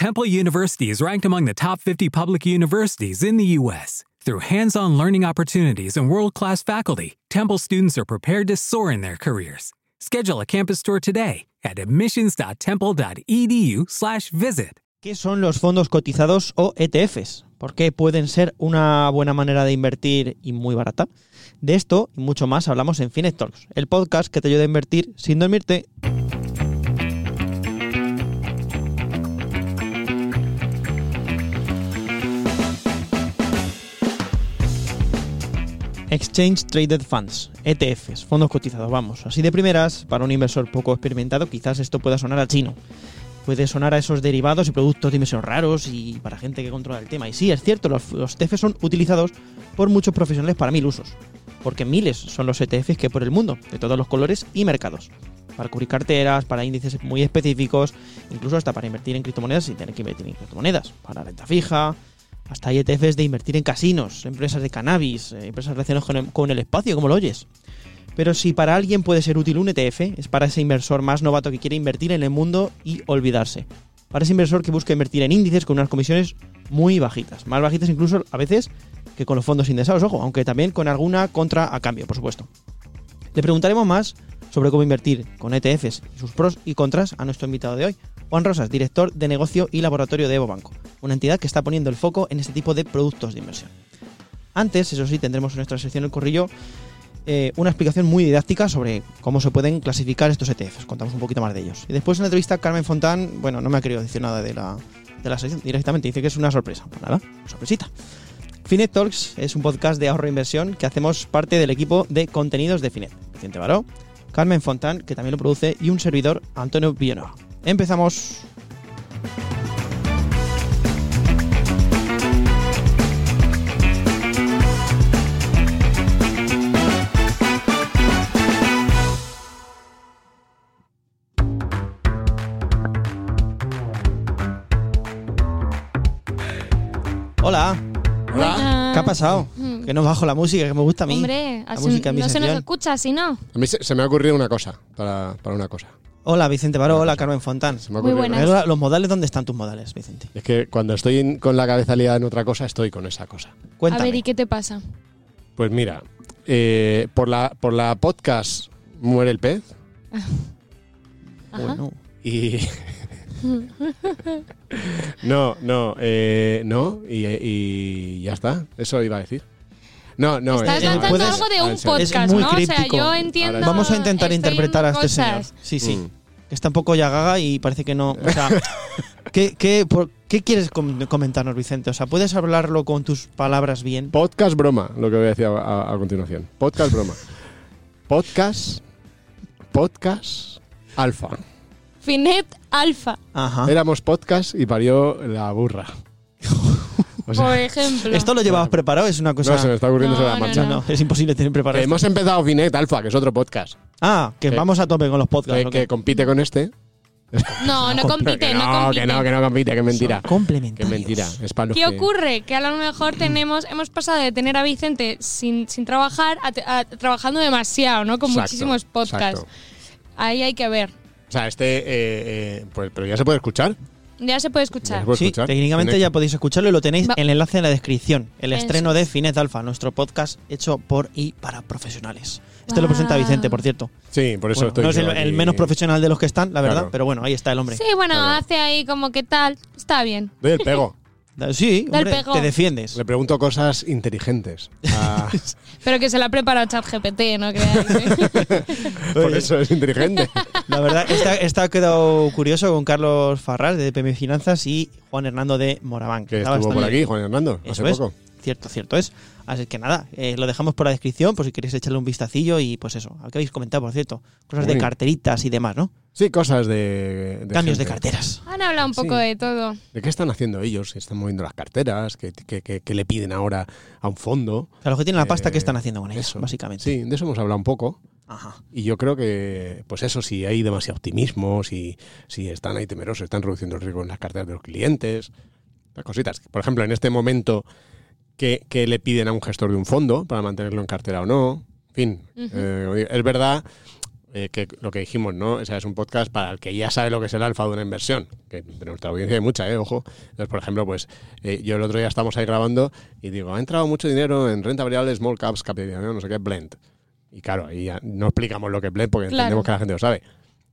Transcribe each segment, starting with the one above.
Temple University is ranked among the top 50 public universities in the U.S. Through hands-on learning opportunities and world-class faculty, Temple students are prepared to soar in their careers. Schedule a campus tour today at admissions.temple.edu/visit. ¿Qué son los fondos cotizados o ETFs? ¿Por qué pueden ser una buena manera de invertir y muy barata? De esto y mucho más hablamos en Finet Talks, el podcast que te ayuda a invertir sin dormirte. Exchange Traded Funds, ETFs, fondos cotizados, vamos. Así de primeras, para un inversor poco experimentado, quizás esto pueda sonar a chino. Puede sonar a esos derivados y productos de inversión raros y para gente que controla el tema. Y sí, es cierto, los ETFs son utilizados por muchos profesionales para mil usos. Porque miles son los ETFs que hay por el mundo, de todos los colores y mercados. Para cubrir carteras, para índices muy específicos, incluso hasta para invertir en criptomonedas sin tener que invertir en criptomonedas. Para renta fija, hasta hay ETFs de invertir en casinos, empresas de cannabis, empresas relacionadas con el espacio, como lo oyes. Pero si para alguien puede ser útil un ETF, es para ese inversor más novato que quiere invertir en el mundo y olvidarse. Para ese inversor que busca invertir en índices con unas comisiones muy bajitas. Más bajitas incluso a veces que con los fondos indexados, ojo, aunque también con alguna contra a cambio, por supuesto. Le preguntaremos más sobre cómo invertir con ETFs y sus pros y contras a nuestro invitado de hoy, Juan Rosas, director de negocio y laboratorio de Evo Banco, una entidad que está poniendo el foco en este tipo de productos de inversión. Antes, eso sí, tendremos en nuestra sección El Corrillo una explicación muy didáctica sobre cómo se pueden clasificar estos ETFs. Contamos un poquito más de ellos. Y después en la entrevista Carmen Fontán, bueno, no me ha querido decir nada de la sección directamente, dice que es una sorpresa. Pues nada, sorpresita. Finet Talks es un podcast de ahorro e inversión que hacemos parte del equipo de contenidos de Finet. Vicente Baró, Carmen Fontán, que también lo produce, y un servidor, Antonio Villanueva. ¡Empezamos! Hola. Hola. ¿Qué ha pasado? Que no bajo la música, que me gusta a mí. Hombre, la así música no se nos escucha, si no. A mí se me ha ocurrido una cosa, para una cosa. Hola, Vicente Baró. Hola, Carmen Fontán. Muy buenas. ¿Los modales dónde están tus modales, Vicente? Es que cuando estoy con la cabeza liada en otra cosa, estoy con esa cosa. Cuéntame. A ver, ¿y qué te pasa? Pues mira, por la podcast Muere el Pez Ajá. Bueno. y... No, y ya está. Eso iba a decir. No. Estás lanzando algo de un podcast, es muy ¿no? críptico. O sea, yo entiendo. Vamos a intentar estoy interpretar a en este señor. cosas. Sí. Que está un poco ya gaga y parece que no. O sea, ¿qué quieres comentarnos, Vicente? O sea, ¿puedes hablarlo con tus palabras bien? Podcast broma, lo que voy a decir a continuación. Podcast broma. Podcast alfa. Finet Alfa, Ajá. Éramos podcast y parió la burra. O sea, por ejemplo. ¿Esto lo llevabas preparado? Es una cosa. no, se me está ocurriendo No, sobre la marcha. No, es imposible tener preparado. Hemos empezado Finet Alfa, que es otro podcast. Que que- vamos a tope con los podcasts. ¿o qué? Que compite con este. No compite, que no compite. que no compite, que es mentira. Son complementarios. Que mentira. Es para los ¿Qué que- ocurre? Que a lo mejor hemos pasado de tener a Vicente sin trabajar a trabajando demasiado, ¿no? Con Exacto, muchísimos podcasts. exacto. Ahí hay que ver. O sea, pues, pero ya se puede escuchar. Ya se puede escuchar. Ya se puede Sí, escuchar. técnicamente Finet. ya podéis escucharlo y lo tenéis en el enlace en la descripción. El Eso estreno de es. Finet Alfa, nuestro podcast hecho por y para profesionales. Este lo Wow. presenta Vicente, por cierto. Sí, por eso Bueno, estoy no es yo el aquí. menos profesional de los que están, la verdad, Claro. pero bueno, ahí está el hombre. Sí, bueno, Claro. hace ahí como que tal. Está bien. Doy el pego. Sí, Del hombre, pego. te defiendes. Le pregunto cosas inteligentes. Pero que se la ha preparado ChatGPT, ¿no creáis? Por Oye. eso es inteligente. La verdad, esta ha quedado curioso con Carlos Farrás de DPM Finanzas y Juan Hernando de Moraván. Que Estaba estuvo por bastante- aquí, Juan Hernando, Eso hace es. poco. Cierto es. Así que nada, lo dejamos por la descripción por si queréis echarle un vistacillo y pues eso. ¿Qué habéis comentado, por cierto? Cosas de Uy. carteritas y demás, ¿no? Sí, cosas de Cambios de gente. carteras. Han hablado un poco Sí. de todo. ¿De qué están haciendo ellos? ¿Están moviendo las carteras? ¿Qué le piden ahora a un fondo? O sea, los que tienen la pasta, ¿qué están haciendo con ella? Eso. Básicamente. Sí, de eso hemos hablado un poco. Ajá. Y yo creo que, pues eso, si hay demasiado optimismo, si están ahí temerosos, están reduciendo el riesgo en las carteras de los clientes, las cositas. Por ejemplo, en este momento, ¿qué le piden a un gestor de un fondo para mantenerlo en cartera o no? En fin, es verdad, que lo que dijimos, ¿no? O sea, es un podcast para el que ya sabe lo que es el alfa de una inversión, que de nuestra audiencia hay mucha, ojo. Entonces, por ejemplo, pues yo el otro día estamos ahí grabando y digo, ha entrado mucho dinero en renta variable, small caps, capitalización, no sé qué, blend. Y claro, ahí ya no explicamos lo que es blend porque entendemos que la gente lo sabe.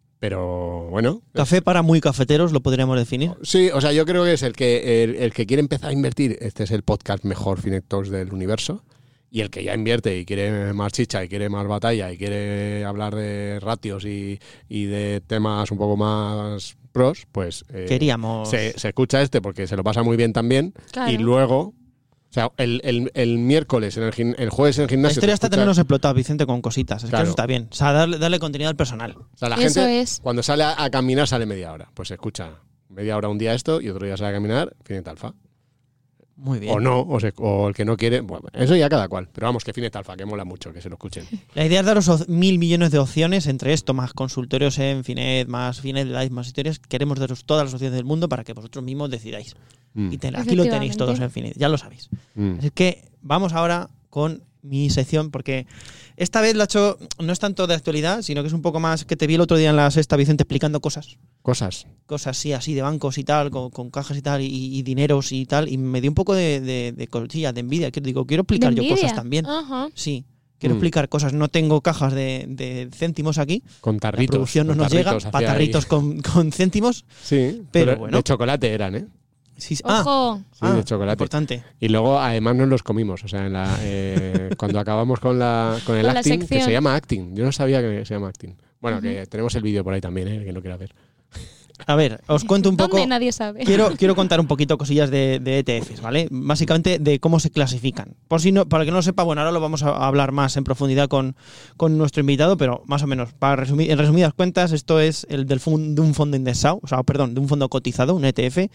Pero bueno. Café para muy cafeteros, lo podríamos definir. Sí, o sea, yo creo que es el que quiere empezar a invertir. Este es el podcast mejor Finectors del universo. Y el que ya invierte y quiere más chicha y quiere más batalla y quiere hablar de ratios y de temas un poco más pros, pues queríamos. Se escucha porque se lo pasa muy bien también. Claro. Y luego, o sea, el miércoles, el jueves en el gimnasio. La historia está tenernos explotados, Vicente, con cositas. Es claro. Que eso está bien. O sea, darle contenido al personal. O sea, la Eso gente es. cuando sale a caminar sale media hora. Pues se escucha media hora un día esto y otro día sale a caminar, Finet Alfa. Muy bien. O no, o el que no quiere. Bueno, eso ya cada cual. Pero vamos, que Finet Alfa, que mola mucho, que se lo escuchen. La idea es daros 1.000 millones de opciones entre esto, más consultorios en Finet, más Finet Live, más historias. Queremos daros todas las opciones del mundo para que vosotros mismos decidáis. Y aquí lo tenéis todos en Finet, ya lo sabéis. Así que vamos ahora con mi sección, porque esta vez la he hecho, no es tanto de actualidad, sino que es un poco más que te vi el otro día en la sexta, Vicente, explicando cosas. Cosas, sí, así de bancos y tal, con cajas y tal, y dineros y tal, y me dio un poco de cosilla, de envidia. Digo, quiero explicar yo cosas también. Ajá. Sí, quiero explicar cosas. No tengo cajas de céntimos aquí. Con tarritos. La producción no nos llega, patarritos con céntimos. Sí, pero bueno. De chocolate eran, ¿eh? Sí, Ojo. Sí, de chocolate. Importante. Y luego, además, nos los comimos. O sea, cuando acabamos con el acting, que se llama acting. Yo no sabía que se llama acting. Bueno, que tenemos el vídeo por ahí también, el que no quiera ver. A ver, os cuento un poco. ¿Dónde nadie sabe? Quiero contar un poquito cosillas de ETFs, ¿vale? Básicamente de cómo se clasifican. Para el que no lo sepa, bueno, ahora lo vamos a hablar más en profundidad con nuestro invitado, pero más o menos, en resumidas cuentas, esto es el de un fondo indexado, de un fondo cotizado, un ETF.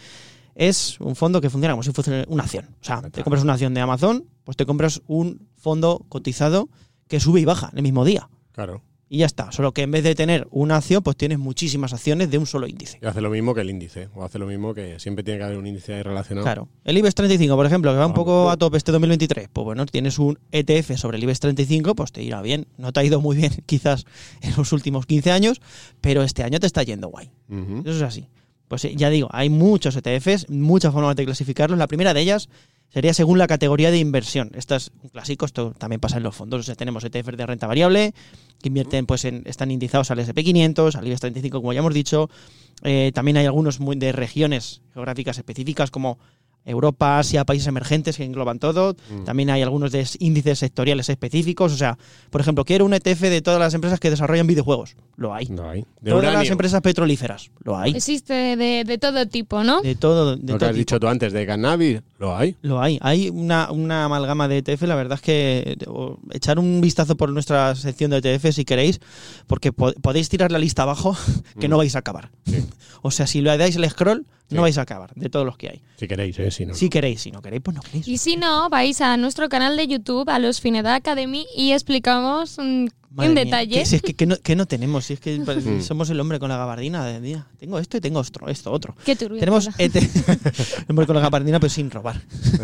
Es un fondo que funciona como si fuese una acción. O sea, te compras una acción de Amazon, pues te compras un fondo cotizado que sube y baja en el mismo día. Claro. Y ya está. Solo que en vez de tener una acción, pues tienes muchísimas acciones de un solo índice. Y hace lo mismo que el índice. O hace lo mismo que siempre tiene que haber un índice ahí relacionado. Claro. El IBEX 35, por ejemplo, que va un poco a tope este 2023. Pues bueno, tienes un ETF sobre el IBEX 35, pues te irá bien. No te ha ido muy bien quizás en los últimos 15 años, pero este año te está yendo guay. Eso es así. Pues ya digo, hay muchos ETFs, muchas formas de clasificarlos. La primera de ellas sería según la categoría de inversión. Esto es un clásico, esto también pasa en los fondos. O sea, tenemos ETFs de renta variable que invierten, pues están indizados al S&P 500, al IBEX 35, como ya hemos dicho. También hay algunos de regiones geográficas específicas como Europa, Asia, países emergentes que engloban todo. También hay algunos de índices sectoriales específicos. O sea, por ejemplo, quiero un ETF de todas las empresas que desarrollan videojuegos. Lo hay. No hay. De todas las empresas petrolíferas. Lo hay. Existe de todo tipo, ¿no? De todo. Lo que has dicho tú antes de cannabis, lo hay. Lo hay. Hay una amalgama de ETF. La verdad es que echar un vistazo por nuestra sección de ETF si queréis, porque podéis tirar la lista abajo que no vais a acabar. Sí. O sea, si le dais el scroll, no vais a acabar de todos los que hay. Si queréis, si no. Si queréis, si no queréis, pues no queréis. Y si no, vais a nuestro canal de YouTube, a los Finet Academy, y explicamos Madre en mía, detalle. Si es que no tenemos, si es que somos el hombre con la gabardina de día. Tengo esto y tengo esto otro. Qué turbio. Tenemos el hombre con la gabardina, pero sin robar.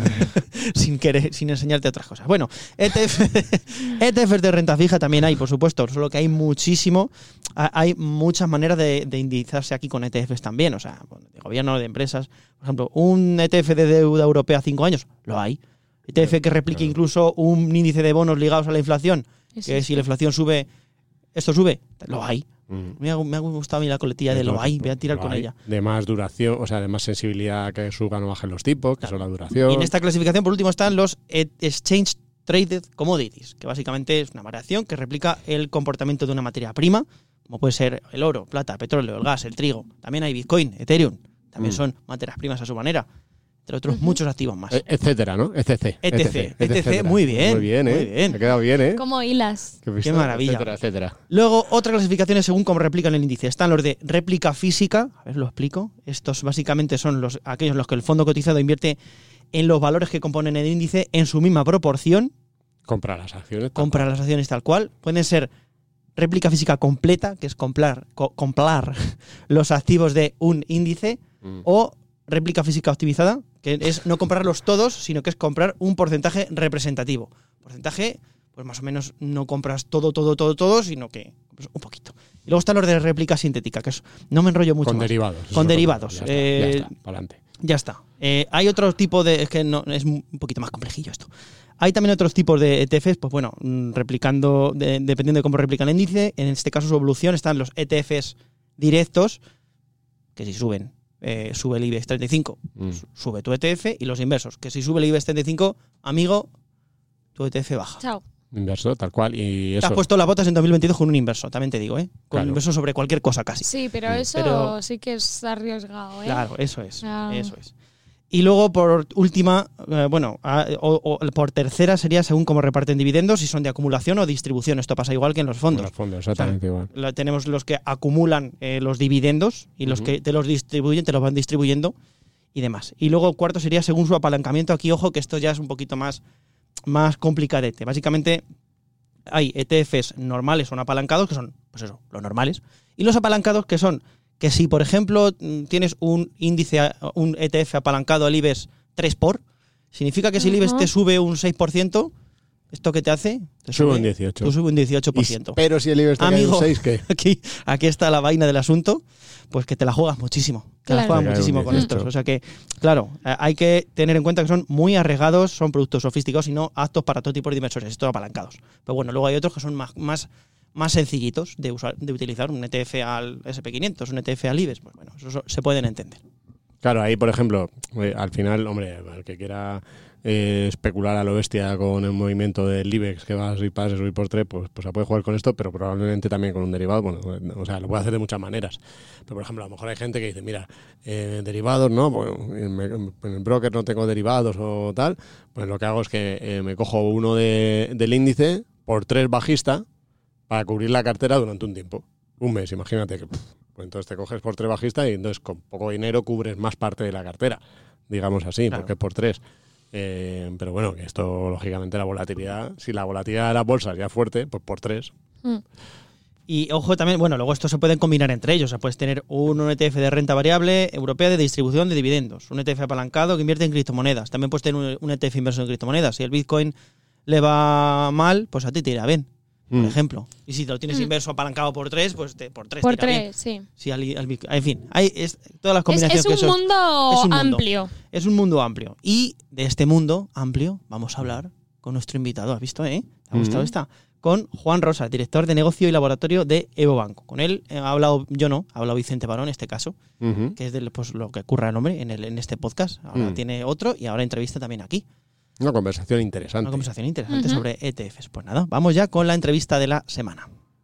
sin querer, sin enseñarte otras cosas. Bueno, ETFs de renta fija también hay, por supuesto, solo que hay muchísimo. Hay muchas maneras de indizarse aquí con ETFs también, o sea, de gobierno, de empresas. Por ejemplo, un ETF de deuda europea a 5 años, lo hay. ETF que replique incluso un índice de bonos ligados a la inflación, que si la inflación sube, esto sube, lo hay. Me ha gustado a mí la coletilla de lo hay, voy a tirar con ella. De más duración, o sea, de más sensibilidad a que suban o bajen los tipos, que son la duración. Y en esta clasificación, por último, están los Exchange Traded Commodities, que básicamente es una variación que replica el comportamiento de una materia prima, como puede ser el oro, plata, petróleo, el gas, el trigo. También hay Bitcoin, Ethereum, también son materias primas a su manera. Entre otros muchos activos más. Etcétera, ¿no? ETC, muy bien. Muy bien, ¿eh? Muy bien. Me ha quedado bien, ¿eh? Como hilas. Qué maravilla. Etcétera. Luego, otras clasificaciones según cómo replican el índice. Están los de réplica física. A ver, lo explico. Estos básicamente son aquellos en los que el fondo cotizado invierte en los valores que componen el índice en su misma proporción. Compra las acciones. Compra las acciones tal cual. Pueden ser réplica física completa, que es comprar los activos de un índice, o réplica física optimizada, que es no comprarlos todos, sino que es comprar un porcentaje representativo. Porcentaje, pues más o menos no compras todo, sino que pues, un poquito. Y luego están los de réplica sintética, que no me enrollo mucho con más. Derivados. Con derivados. Ya está, para adelante. Ya está. Hay otro tipo de... Es que no, es un poquito más complejillo esto. Hay también otros tipos de ETFs, pues bueno, replicando, dependiendo de cómo replican el índice. En este caso su evolución están los ETFs directos, que si suben, sube el IBEX 35, sube tu ETF, y los inversos, que si sube el IBEX 35, amigo, tu ETF baja. Chao. Inverso, tal cual. Y eso. Te has puesto las botas en 2022 con un inverso, también te digo, Con Claro. un inverso sobre cualquier cosa casi. Sí, pero eso sí que es arriesgado, Claro, eso es. Ah. Eso es. Y luego, por última, por tercera sería según cómo reparten dividendos, si son de acumulación o distribución. Esto pasa igual que en los fondos. Los fondos, exactamente igual. Tenemos los que acumulan los dividendos y los que te los distribuyen, te los van distribuyendo y demás. Y luego, cuarto sería según su apalancamiento. Aquí, ojo, que esto ya es un poquito más complicadete. Básicamente, hay ETFs normales o no apalancados, que son, pues eso, los normales. Y los apalancados, que son que si, por ejemplo, tienes un índice, un ETF apalancado al IBEX 3x, significa que si el IBEX te sube un 6%, ¿esto qué te hace? Te sube un 18%. Tú sube un 18%. Pero si el IBEX te cae un 6, ¿qué? Aquí está la vaina del asunto, pues que te la juegas muchísimo. Te la juegas muchísimo con estos. O sea que, claro, hay que tener en cuenta que son muy arriesgados, son productos sofisticados y no aptos para todo tipo de inversores, estos apalancados. Pero bueno, luego hay otros que son más sencillitos de utilizar, un ETF al SP500, un ETF al IBEX, pues bueno, eso se pueden entender. Claro, ahí, por ejemplo, al final, hombre, el que quiera especular a lo bestia con el movimiento del IBEX, que va a subir por 3, pues se puede jugar con esto, pero probablemente también con un derivado. Bueno, o sea, lo puede hacer de muchas maneras. Pero, por ejemplo, a lo mejor hay gente que dice, mira, derivados, ¿no? Pues, en el broker no tengo derivados o tal, pues lo que hago es que me cojo uno del índice por 3 bajista para cubrir la cartera durante un tiempo. Un mes, imagínate que... pues entonces te coges por 3 bajistas y entonces con poco dinero cubres más parte de la cartera, digamos así, claro. Porque es por 3. Pero bueno, que esto, lógicamente, la volatilidad, si la volatilidad de las bolsas ya es fuerte, pues por 3. Y ojo también, bueno, luego esto se pueden combinar entre ellos. O sea, puedes tener un ETF de renta variable europea de distribución de dividendos, un ETF apalancado que invierte en criptomonedas. También puedes tener un ETF inverso en criptomonedas. Si el Bitcoin le va mal, pues a ti te irá bien. Por ejemplo. Y si te lo tienes inverso apalancado por 3, pues por 3 por te irá 3, bien. sí. Si en fin, hay todas las combinaciones es un mundo amplio. Es un mundo amplio. Y de este mundo amplio vamos a hablar con nuestro invitado. ¿Has visto, ¿Te ha gustado esta? Con Juan Rosas, director de negocio y laboratorio de Evo Banco. Con él ha hablado Vicente Barón en este caso, que es pues, lo que ocurre al hombre en este podcast. Ahora tiene otro y ahora entrevista también aquí. Una conversación interesante. Una conversación interesante sobre ETFs. Pues nada, vamos ya con la entrevista de la semana.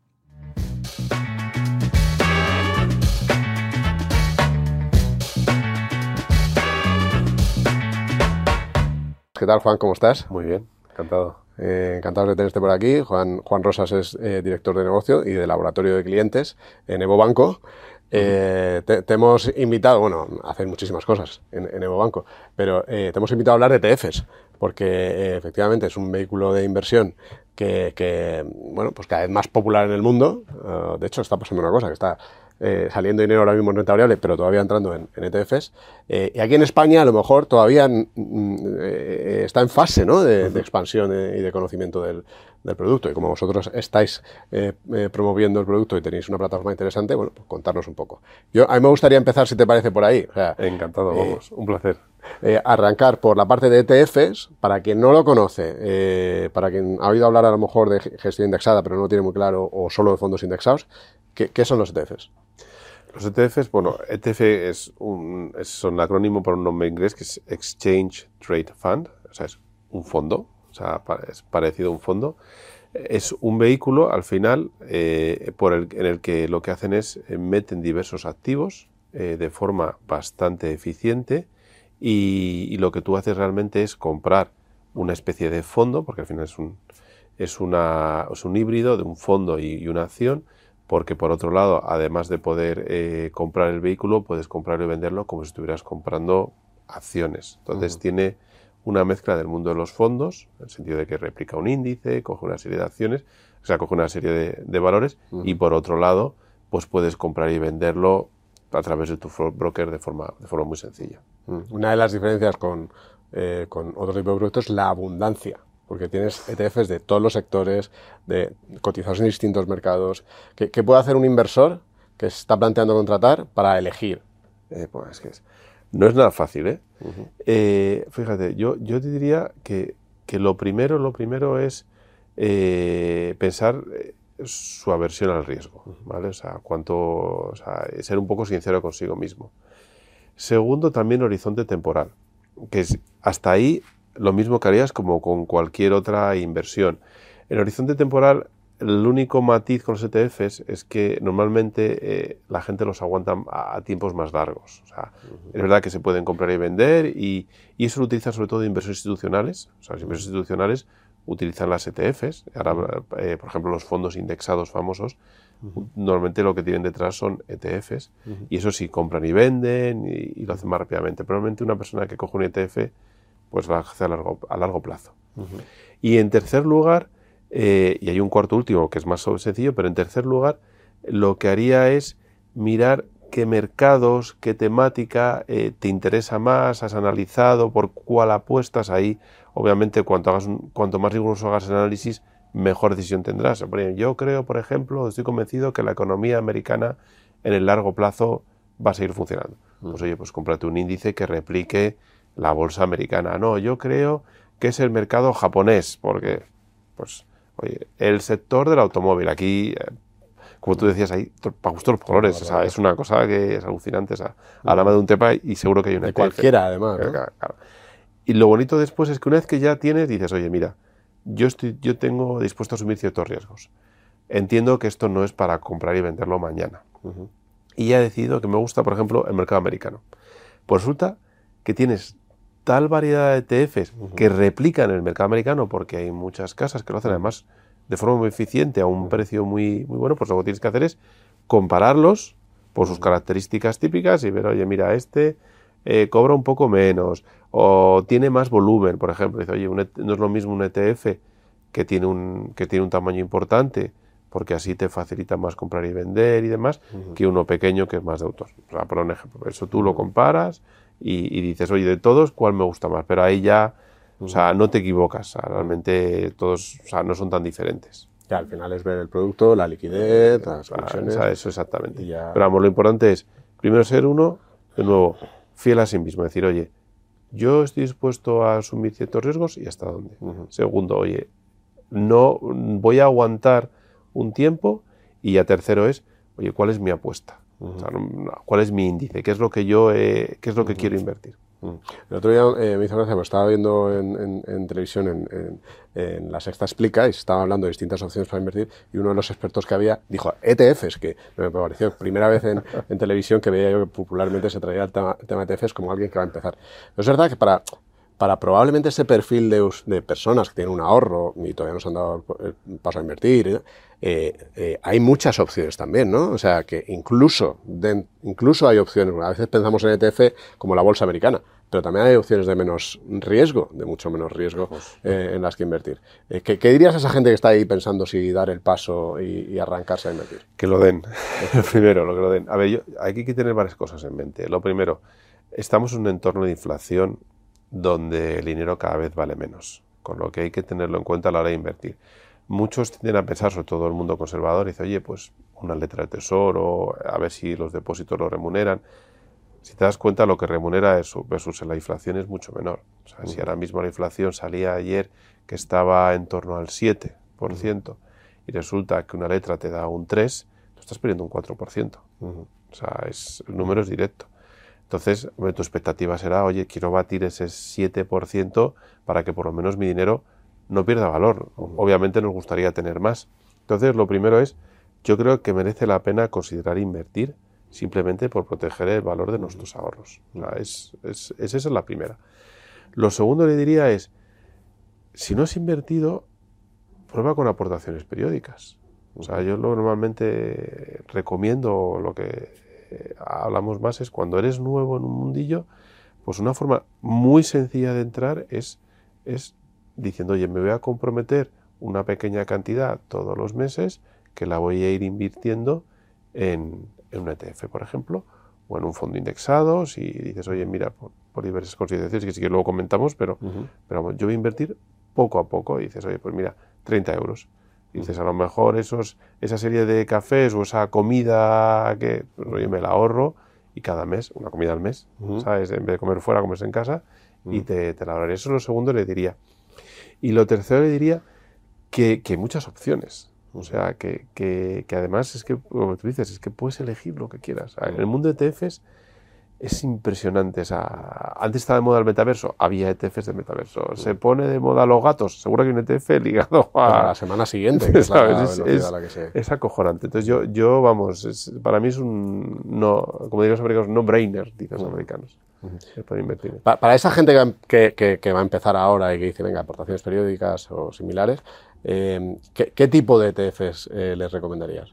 ¿Qué tal, Juan? ¿Cómo estás? Muy bien, encantado. Encantado de tenerte por aquí. Juan Rosas es director de negocio y de laboratorio de clientes en Evo Banco. Te hemos invitado, a hacer muchísimas cosas en Evo Banco, pero te hemos invitado a hablar de ETFs, porque efectivamente es un vehículo de inversión que pues cada vez más popular en el mundo. De hecho, está pasando una cosa, que está saliendo dinero ahora mismo en renta variable, pero todavía entrando en ETFs. Y aquí en España a lo mejor todavía está en fase, ¿no?, de expansión y de conocimiento del producto. Y como vosotros estáis promoviendo el producto y tenéis una plataforma interesante, pues contarnos un poco. A mí me gustaría empezar, si te parece, por ahí. O sea, encantado, vamos, un placer. Arrancar por la parte de ETFs, para quien no lo conoce, para quien ha oído hablar a lo mejor de gestión indexada, pero no lo tiene muy claro, o solo de fondos indexados, ¿qué son los ETFs? Los ETFs, ETF son el acrónimo para un nombre inglés que es Exchange Trade Fund, o sea, es un fondo, o sea, es parecido a un fondo. Es un vehículo, al final, en el que lo que hacen es meten diversos activos de forma bastante eficiente y lo que tú haces realmente es comprar una especie de fondo, porque al final es un híbrido de un fondo y una acción, porque por otro lado, además de poder comprar el vehículo, puedes comprarlo y venderlo como si estuvieras comprando acciones. Entonces tiene una mezcla del mundo de los fondos, en el sentido de que replica un índice, coge una serie de acciones, o sea, coge una serie de valores, y por otro lado, pues puedes comprar y venderlo a través de tu broker de forma muy sencilla. Una de las diferencias con otro tipo de productos es la abundancia Porque tienes ETFs de todos los sectores, cotizados en distintos mercados. ¿Qué puede hacer un inversor que se está planteando contratar para elegir? Pues no es nada fácil, ¿eh? Fíjate, yo te diría que lo primero es pensar su aversión al riesgo, ¿vale? O sea, ser un poco sincero consigo mismo. Segundo, también horizonte temporal, que es hasta ahí lo mismo que harías como con cualquier otra inversión. En horizonte temporal, el único matiz con los ETFs es que normalmente la gente los aguanta a tiempos más largos. O sea, es verdad que se pueden comprar y vender y eso lo utilizan sobre todo inversores institucionales. O sea, los inversores institucionales utilizan las ETFs. Ahora, por ejemplo, los fondos indexados famosos, normalmente lo que tienen detrás son ETFs. Y eso sí, compran y venden y lo hacen más rápidamente. Probablemente una persona que coge un ETF pues va a hacer a largo plazo. Y en tercer lugar, y hay un cuarto último que es más sencillo, pero en tercer lugar lo que haría es mirar qué mercados, qué temática te interesa más, has analizado, por cuál apuestas. Ahí, obviamente, cuanto más riguroso hagas el análisis, mejor decisión tendrás. Yo creo, por ejemplo, estoy convencido que la economía americana en el largo plazo va a seguir funcionando. Pues oye, pues cómprate un índice que replique la bolsa americana. No, yo creo que es el mercado japonés, porque, pues, oye, el sector del automóvil, aquí, como tú decías, ahí, para gusto los colores, o sea, es una cosa que es alucinante, o sea, háblame de un tema y seguro que hay una de cualquiera, además, ¿no? Claro. Y lo bonito después es que una vez que ya tienes, dices, oye, mira, yo tengo dispuesto a asumir ciertos riesgos. Entiendo que esto no es para comprar y venderlo mañana. Y ya he decidido que me gusta, por ejemplo, el mercado americano. Pues resulta que tienes tal variedad de ETFs que replican el mercado americano, porque hay muchas casas que lo hacen además de forma muy eficiente a un precio muy bueno, pues lo que tienes que hacer es compararlos por sus características típicas y ver, oye, mira, cobra un poco menos o tiene más volumen, por ejemplo. Dice, oye, no es lo mismo un ETF que tiene un tamaño importante, porque así te facilita más comprar y vender y demás, que uno pequeño que es más de autos. O sea, por un ejemplo, eso tú lo comparas y dices, oye, de todos, ¿cuál me gusta más? Pero ahí ya, o sea, no te equivocas. O sea, realmente todos, o sea, no son tan diferentes. Ya, al final es ver el producto, la liquidez, las comisiones. O sea, eso exactamente. Pero vamos, lo importante es, primero ser uno, de nuevo, fiel a sí mismo. Decir, oye, yo estoy dispuesto a asumir ciertos riesgos y hasta dónde. Segundo, oye, no voy a aguantar un tiempo. Y ya tercero es, oye, ¿cuál es mi apuesta? O sea, ¿cuál es mi índice? ¿Qué es lo que qué es lo que quiero invertir? El otro día me hizo gracia, pues estaba viendo en televisión, en La Sexta Explica, y se estaba hablando de distintas opciones para invertir, y uno de los expertos que había dijo ETFs, que me pareció primera vez en televisión que veía yo que popularmente se traía el tema de ETFs como alguien que va a empezar. Pero es verdad que para probablemente ese perfil de personas que tienen un ahorro y todavía no se han dado el paso a invertir, hay muchas opciones también, ¿no? O sea, que incluso hay opciones. A veces pensamos en ETF como la bolsa americana, pero también hay opciones de menos riesgo, de mucho menos riesgo en las que invertir. ¿Qué dirías a esa gente que está ahí pensando si dar el paso y arrancarse a invertir? Que lo den. Primero, lo que lo den. A ver, aquí hay que tener varias cosas en mente. Lo primero, estamos en un entorno de inflación donde el dinero cada vez vale menos, con lo que hay que tenerlo en cuenta a la hora de invertir. Muchos tienden a pensar, sobre todo el mundo conservador, y dice, oye, pues una letra de tesoro, a ver si los depósitos lo remuneran. Si te das cuenta, lo que remunera versus la inflación es mucho menor. O sea, si ahora mismo la inflación salía ayer que estaba en torno al 7%, y resulta que una letra te da un 3%, tú estás perdiendo un 4%. O sea, el número es directo. Entonces, tu expectativa será, oye, quiero batir ese 7% para que por lo menos mi dinero no pierda valor. Obviamente nos gustaría tener más. Entonces, lo primero es, yo creo que merece la pena considerar invertir simplemente por proteger el valor de nuestros ahorros. O sea, esa es la primera. Lo segundo le diría es, si no has invertido, prueba con aportaciones periódicas. O sea, yo normalmente recomiendo lo que hablamos más es cuando eres nuevo en un mundillo, pues una forma muy sencilla de entrar es diciendo, oye, me voy a comprometer una pequeña cantidad todos los meses que la voy a ir invirtiendo en un ETF, por ejemplo, o en un fondo indexado. Si dices, oye, mira, por diversas consideraciones que sí que luego comentamos, pero vamos, yo voy a invertir poco a poco y dices, oye, pues mira, 30 euros. Y dices, a lo mejor esa serie de cafés o esa comida que, pues, oye, me la ahorro y cada mes, una comida al mes, ¿sabes? En vez de comer fuera, comes en casa y te la ahorraré. Eso es lo segundo le diría. Y lo tercero le diría que hay muchas opciones. O sea, que además es que, como tú dices, es que puedes elegir lo que quieras. En el mundo de ETFs es impresionante. O sea, antes estaba de moda el metaverso, había ETFs de metaverso. Se pone de moda los gatos, seguro que hay un ETF ligado a la semana siguiente, que es la velocidad a la que se... Es acojonante. Entonces yo vamos, para mí es un, no, como dirían los americanos, no-brainer, dicen los americanos. Se puede invertir. Para esa gente que va a empezar ahora y que dice, venga, aportaciones periódicas o similares, ¿qué tipo de ETFs les recomendarías?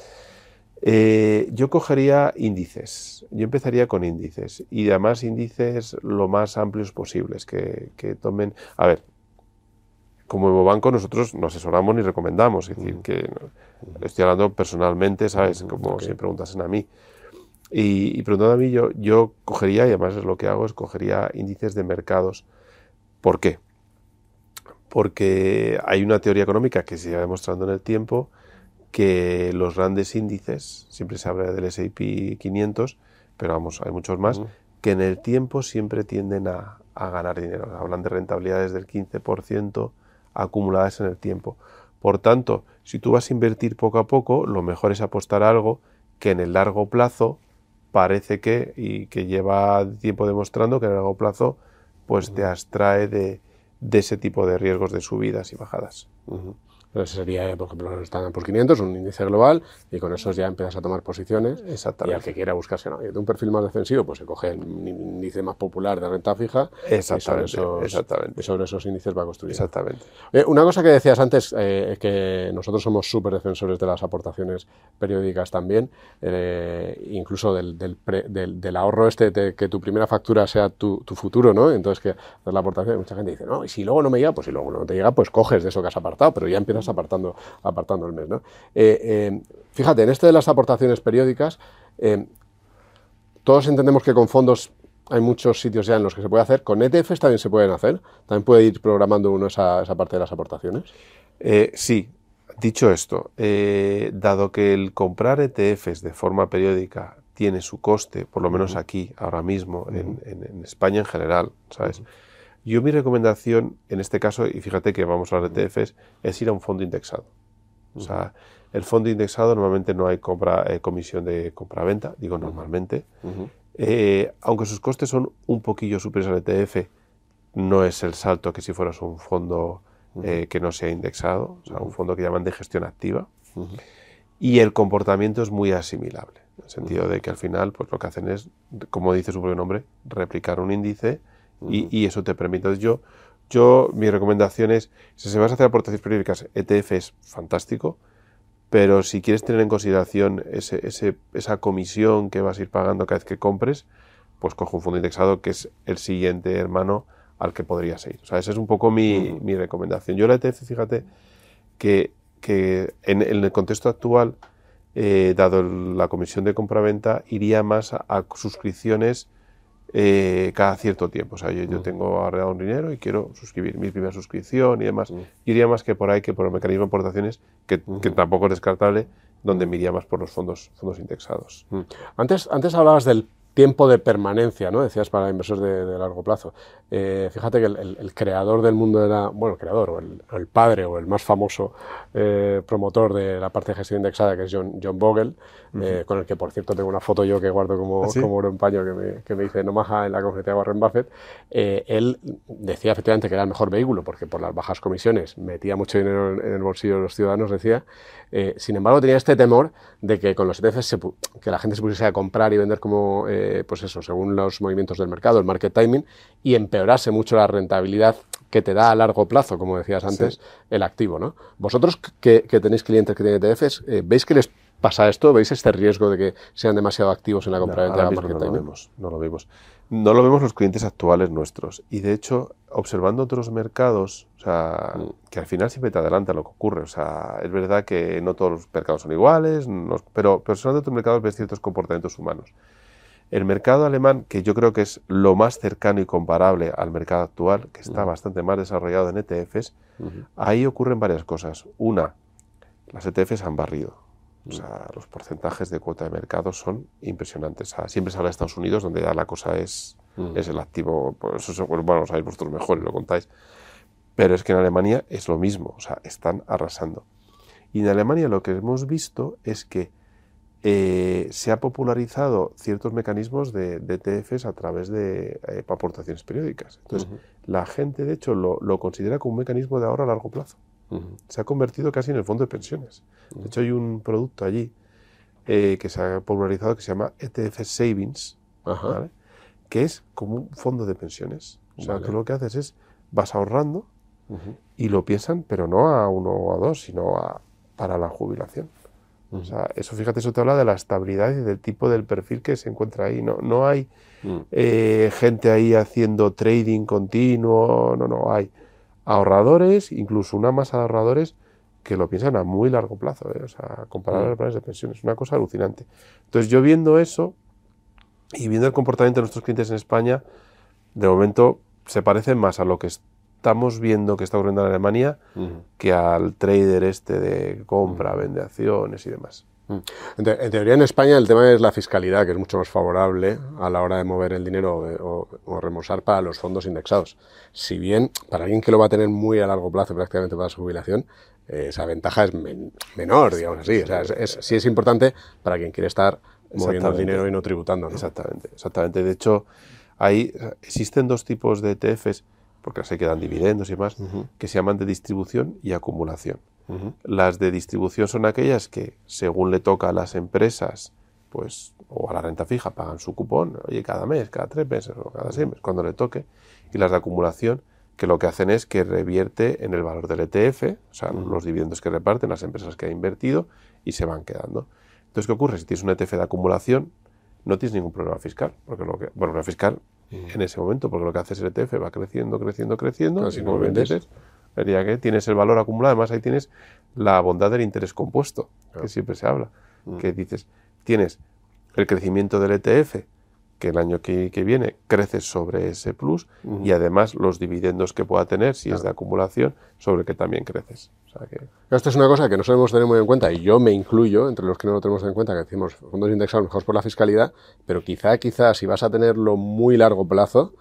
Yo cogería índices. Yo empezaría con índices. Y además índices lo más amplios posibles. Que tomen... A ver, como banco nosotros no asesoramos ni recomendamos. Es decir, que estoy hablando personalmente, ¿sabes? Como si me preguntasen a mí. Y preguntando a mí, yo cogería, y además es lo que hago, es cogería índices de mercados. ¿Por qué? Porque hay una teoría económica que se lleva demostrando en el tiempo que los grandes índices, siempre se habla del S&P 500, pero vamos, hay muchos más, que en el tiempo siempre tienden a ganar dinero. Hablan de rentabilidades del 15% acumuladas en el tiempo. Por tanto, si tú vas a invertir poco a poco, lo mejor es apostar a algo que en el largo plazo parece que lleva tiempo demostrando que en el largo plazo pues te abstrae de ese tipo de riesgos de subidas y bajadas. Entonces sería, por ejemplo, el Standard & 500, un índice global, y con esos ya empiezas a tomar posiciones. Exactamente. Y al que quiera buscarse un perfil más defensivo, pues se coge el índice más popular de renta fija. Exactamente. Y sobre esos índices va a construir. Exactamente. Una cosa que decías antes, que nosotros somos súper defensores de las aportaciones periódicas también, incluso del ahorro que tu primera factura sea tu futuro, ¿no? Entonces, que la aportación, mucha gente dice, no, y si luego no me llega, pues si luego no te llega, pues coges de eso que has apartado, pero ya empiezas apartando el mes, ¿no? Fíjate, en esto de las aportaciones periódicas, todos entendemos que con fondos hay muchos sitios ya en los que se puede hacer. ¿Con ETFs también se pueden hacer? ¿También puede ir programando uno esa parte de las aportaciones? Sí. Dicho esto, dado que el comprar ETFs de forma periódica tiene su coste, por lo menos aquí, ahora mismo, en España en general, ¿sabes? Yo mi recomendación en este caso, y fíjate que vamos a hablar de ETFs, es ir a un fondo indexado. O sea, el fondo indexado normalmente no hay comisión de compra-venta, digo normalmente. Aunque sus costes son un poquillo superiores al ETF, no es el salto que si fueras un fondo que no sea indexado, o sea, un fondo que llaman de gestión activa. Y el comportamiento es muy asimilable, en el sentido de que al final pues lo que hacen es, como dice su propio nombre, replicar un índice. Y eso te permite. Entonces mi recomendación es, si se vas a hacer aportaciones periódicas, ETF es fantástico, pero si quieres tener en consideración esa comisión que vas a ir pagando cada vez que compres, pues coge un fondo indexado que es el siguiente hermano al que podrías ir. O sea, esa es un poco mi recomendación. Yo la ETF, fíjate, que en el contexto actual, dado la comisión de compra-venta, iría más a suscripciones cada cierto tiempo. O sea, yo tengo ahorrado un dinero y quiero suscribir mi primera suscripción y demás. Iría más que por ahí, que por el mecanismo de aportaciones, que tampoco es descartable, donde me iría más por los fondos indexados. Antes hablabas del tiempo de permanencia, ¿no? Decías para inversores de largo plazo. Fíjate que el creador del mundo el creador, o el padre, o el más famoso promotor de la parte de gestión indexada, que es John Bogle, con el que, por cierto, tengo una foto yo que guardo como oro en paño, que me dice en Omaha, en la conferencia de Warren Buffett. Él decía efectivamente que era el mejor vehículo, porque por las bajas comisiones metía mucho dinero en el bolsillo de los ciudadanos, decía. Sin embargo, tenía este temor de que con los ETFs que la gente se pusiese a comprar y vender como, pues eso, según los movimientos del mercado, el market timing, y empeorase mucho la rentabilidad que te da a largo plazo, como decías antes, el activo, ¿no? Vosotros que tenéis clientes que tienen ETFs, ¿veis que les pasa esto? ¿Veis este riesgo de que sean demasiado activos en la compra-venta de market timing? No lo vemos. No lo vemos los clientes actuales nuestros. Y de hecho, observando otros mercados, o sea, que al final siempre te adelanta lo que ocurre. O sea, es verdad que no todos los mercados son iguales, pero observando otros mercados ves ciertos comportamientos humanos. El mercado alemán, que yo creo que es lo más cercano y comparable al mercado actual, que está bastante más desarrollado en ETFs, ahí ocurren varias cosas. Una, las ETFs han barrido. O sea, los porcentajes de cuota de mercado son impresionantes. O sea, siempre se habla de Estados Unidos, donde ya la cosa es el activo. Por eso, bueno, lo sabéis vosotros mejor y lo contáis. Pero es que en Alemania es lo mismo. O sea, están arrasando. Y en Alemania lo que hemos visto es que se ha popularizado ciertos mecanismos de ETFs a través de aportaciones periódicas. Entonces, la gente, de hecho, lo considera como un mecanismo de ahorro a largo plazo. Se ha convertido casi en el fondo de pensiones. De hecho, hay un producto allí que se ha popularizado que se llama ETF Savings, ¿vale? Que es como un fondo de pensiones. O sea, tú lo que haces es, vas ahorrando y lo piensan, pero no a 1 o a 2, sino para la jubilación. O sea, eso, fíjate, eso te habla de la estabilidad y del tipo del perfil que se encuentra ahí. No hay gente ahí haciendo trading continuo, no, hay ahorradores, incluso una masa de ahorradores que lo piensan a muy largo plazo, o sea, comparado a los planes de pensiones, una cosa alucinante. Entonces, yo viendo eso y viendo el comportamiento de nuestros clientes en España, de momento se parecen más a lo que estamos viendo que está ocurriendo en Alemania que al trader de compra, vende acciones y demás. En teoría, en España el tema es la fiscalidad, que es mucho más favorable a la hora de mover el dinero o remolsar para los fondos indexados. Si bien, para alguien que lo va a tener muy a largo plazo, prácticamente para su jubilación, esa ventaja es menor, digamos así. O sea, sí es importante para quien quiere estar moviendo el dinero y no tributando, ¿no? Exactamente. De hecho, existen 2 tipos de ETFs, porque se quedan dividendos y demás, que se llaman de distribución y acumulación. Las de distribución son aquellas que, según le toca a las empresas, pues, o a la renta fija, pagan su cupón, oye, cada mes, cada 3 meses o cada 6 meses, cuando le toque. Y las de acumulación, que lo que hacen es que revierte en el valor del ETF, o sea, los dividendos que reparten las empresas que ha invertido y se van quedando. Entonces, ¿qué ocurre? Si tienes un ETF de acumulación, no tienes ningún problema fiscal, porque problema fiscal en ese momento, porque lo que hace es el ETF va creciendo, claro, si no lo vendes, sería que tienes el valor acumulado, además ahí tienes la bondad del interés compuesto, que siempre se habla, que dices, tienes el crecimiento del ETF, que el año que viene crece sobre ese plus, y además los dividendos que pueda tener, si es de acumulación, sobre el que también creces. O sea que... Esto es una cosa que no solemos tener muy en cuenta, y yo me incluyo entre los que no lo tenemos en cuenta, que decimos fondos indexados mejores por la fiscalidad, pero quizá si vas a tenerlo muy largo plazo,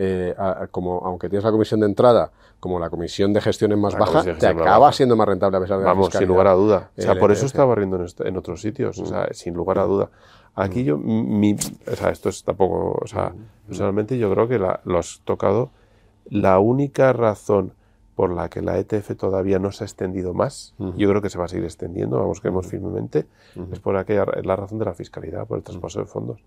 como aunque tienes la comisión de entrada, como la comisión de gestión es más baja, te acaba siendo más rentable a pesar de la fiscalidad. Sin lugar a duda. O sea, por eso está barriendo en otros sitios, o sea, sin lugar a duda. Aquí o sea, esto es tampoco, o sea, personalmente yo creo que lo has tocado. La única razón por la que la ETF todavía no se ha extendido más, yo creo que se va a seguir extendiendo, vamos, creemos firmemente, es por la razón de la fiscalidad, por el traspaso de fondos.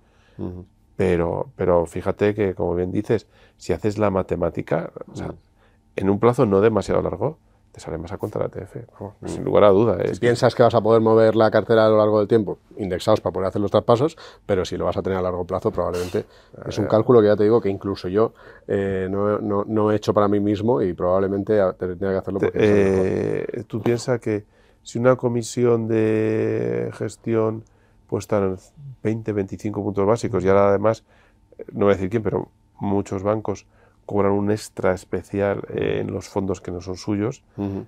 Pero fíjate que, como bien dices, si haces la matemática, o sea, en un plazo no demasiado largo, te sale más a cuenta la ETF, sin lugar a duda. Si piensas que vas a poder mover la cartera a lo largo del tiempo, indexados para poder hacer los traspasos, pero si lo vas a tener a largo plazo, probablemente es un cálculo que ya te digo que incluso yo no he hecho para mí mismo y probablemente tendría que hacerlo porque tú piensas que si una comisión de gestión puede estar en 20, 25 puntos básicos y ahora además, no voy a decir quién, pero muchos bancos cobran un extra especial en los fondos que no son suyos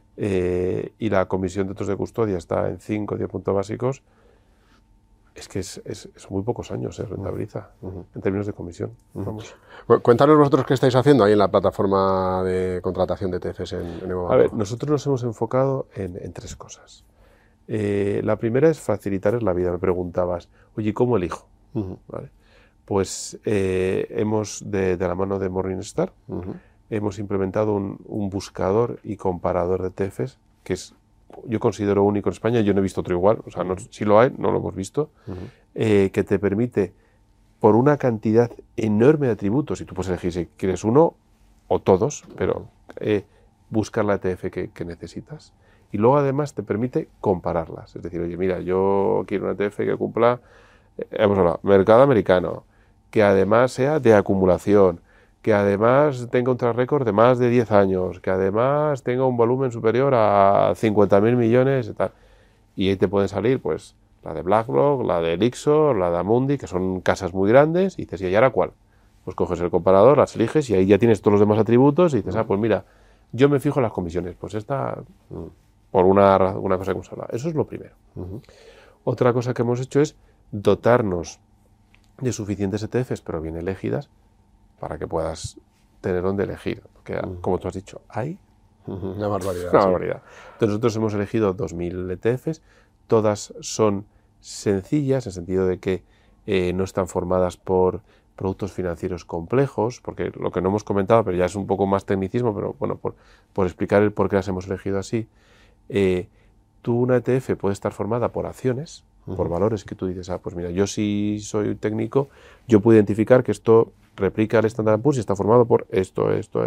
y la comisión de otros de custodia está en 5 o 10 puntos básicos, es que son muy pocos años, se rentabiliza en términos de comisión. Vamos. Cuéntanos vosotros qué estáis haciendo ahí en la plataforma de contratación de ETFs en Evo Banco. A ver, nosotros nos hemos enfocado en 3 cosas. La primera es facilitar la vida. Me preguntabas, oye, ¿cómo elijo? ¿Vale? Pues hemos, de la mano de Morningstar, hemos implementado un buscador y comparador de ETFs que yo considero único en España. Yo no he visto otro igual, o sea, si lo hay, no lo hemos visto, que te permite, por una cantidad enorme de atributos, y tú puedes elegir si quieres uno o todos, pero buscar la ETF que necesitas. Y luego además te permite compararlas. Es decir, oye, mira, yo quiero una ETF que cumpla, hemos hablado, mercado americano, que además sea de acumulación, que además tenga un track record de más de 10 años, que además tenga un volumen superior a 50.000 millones y tal. Y ahí te pueden salir, pues, La de BlackRock, la de Elixir, la de Amundi, que son casas muy grandes, y dices, ¿y ahora cuál? Pues coges el comparador, las eliges y ahí ya tienes todos los demás atributos y dices, pues mira, yo me fijo en las comisiones, pues esta, por una cosa que hemos hablado. Eso es lo primero. Otra cosa que hemos hecho es dotarnos de suficientes ETFs, pero bien elegidas, para que puedas tener donde elegir. Porque, como tú has dicho, hay una barbaridad. Una barbaridad. Entonces nosotros hemos elegido 2.000 ETFs, todas son sencillas, en el sentido de que no están formadas por productos financieros complejos, porque lo que no hemos comentado, pero ya es un poco más tecnicismo, pero bueno, por explicar el por qué las hemos elegido así, una ETF puede estar formada por acciones, por valores que tú dices, pues mira, yo si soy técnico, yo puedo identificar que esto replica el Standard & Poor's y está formado por esto.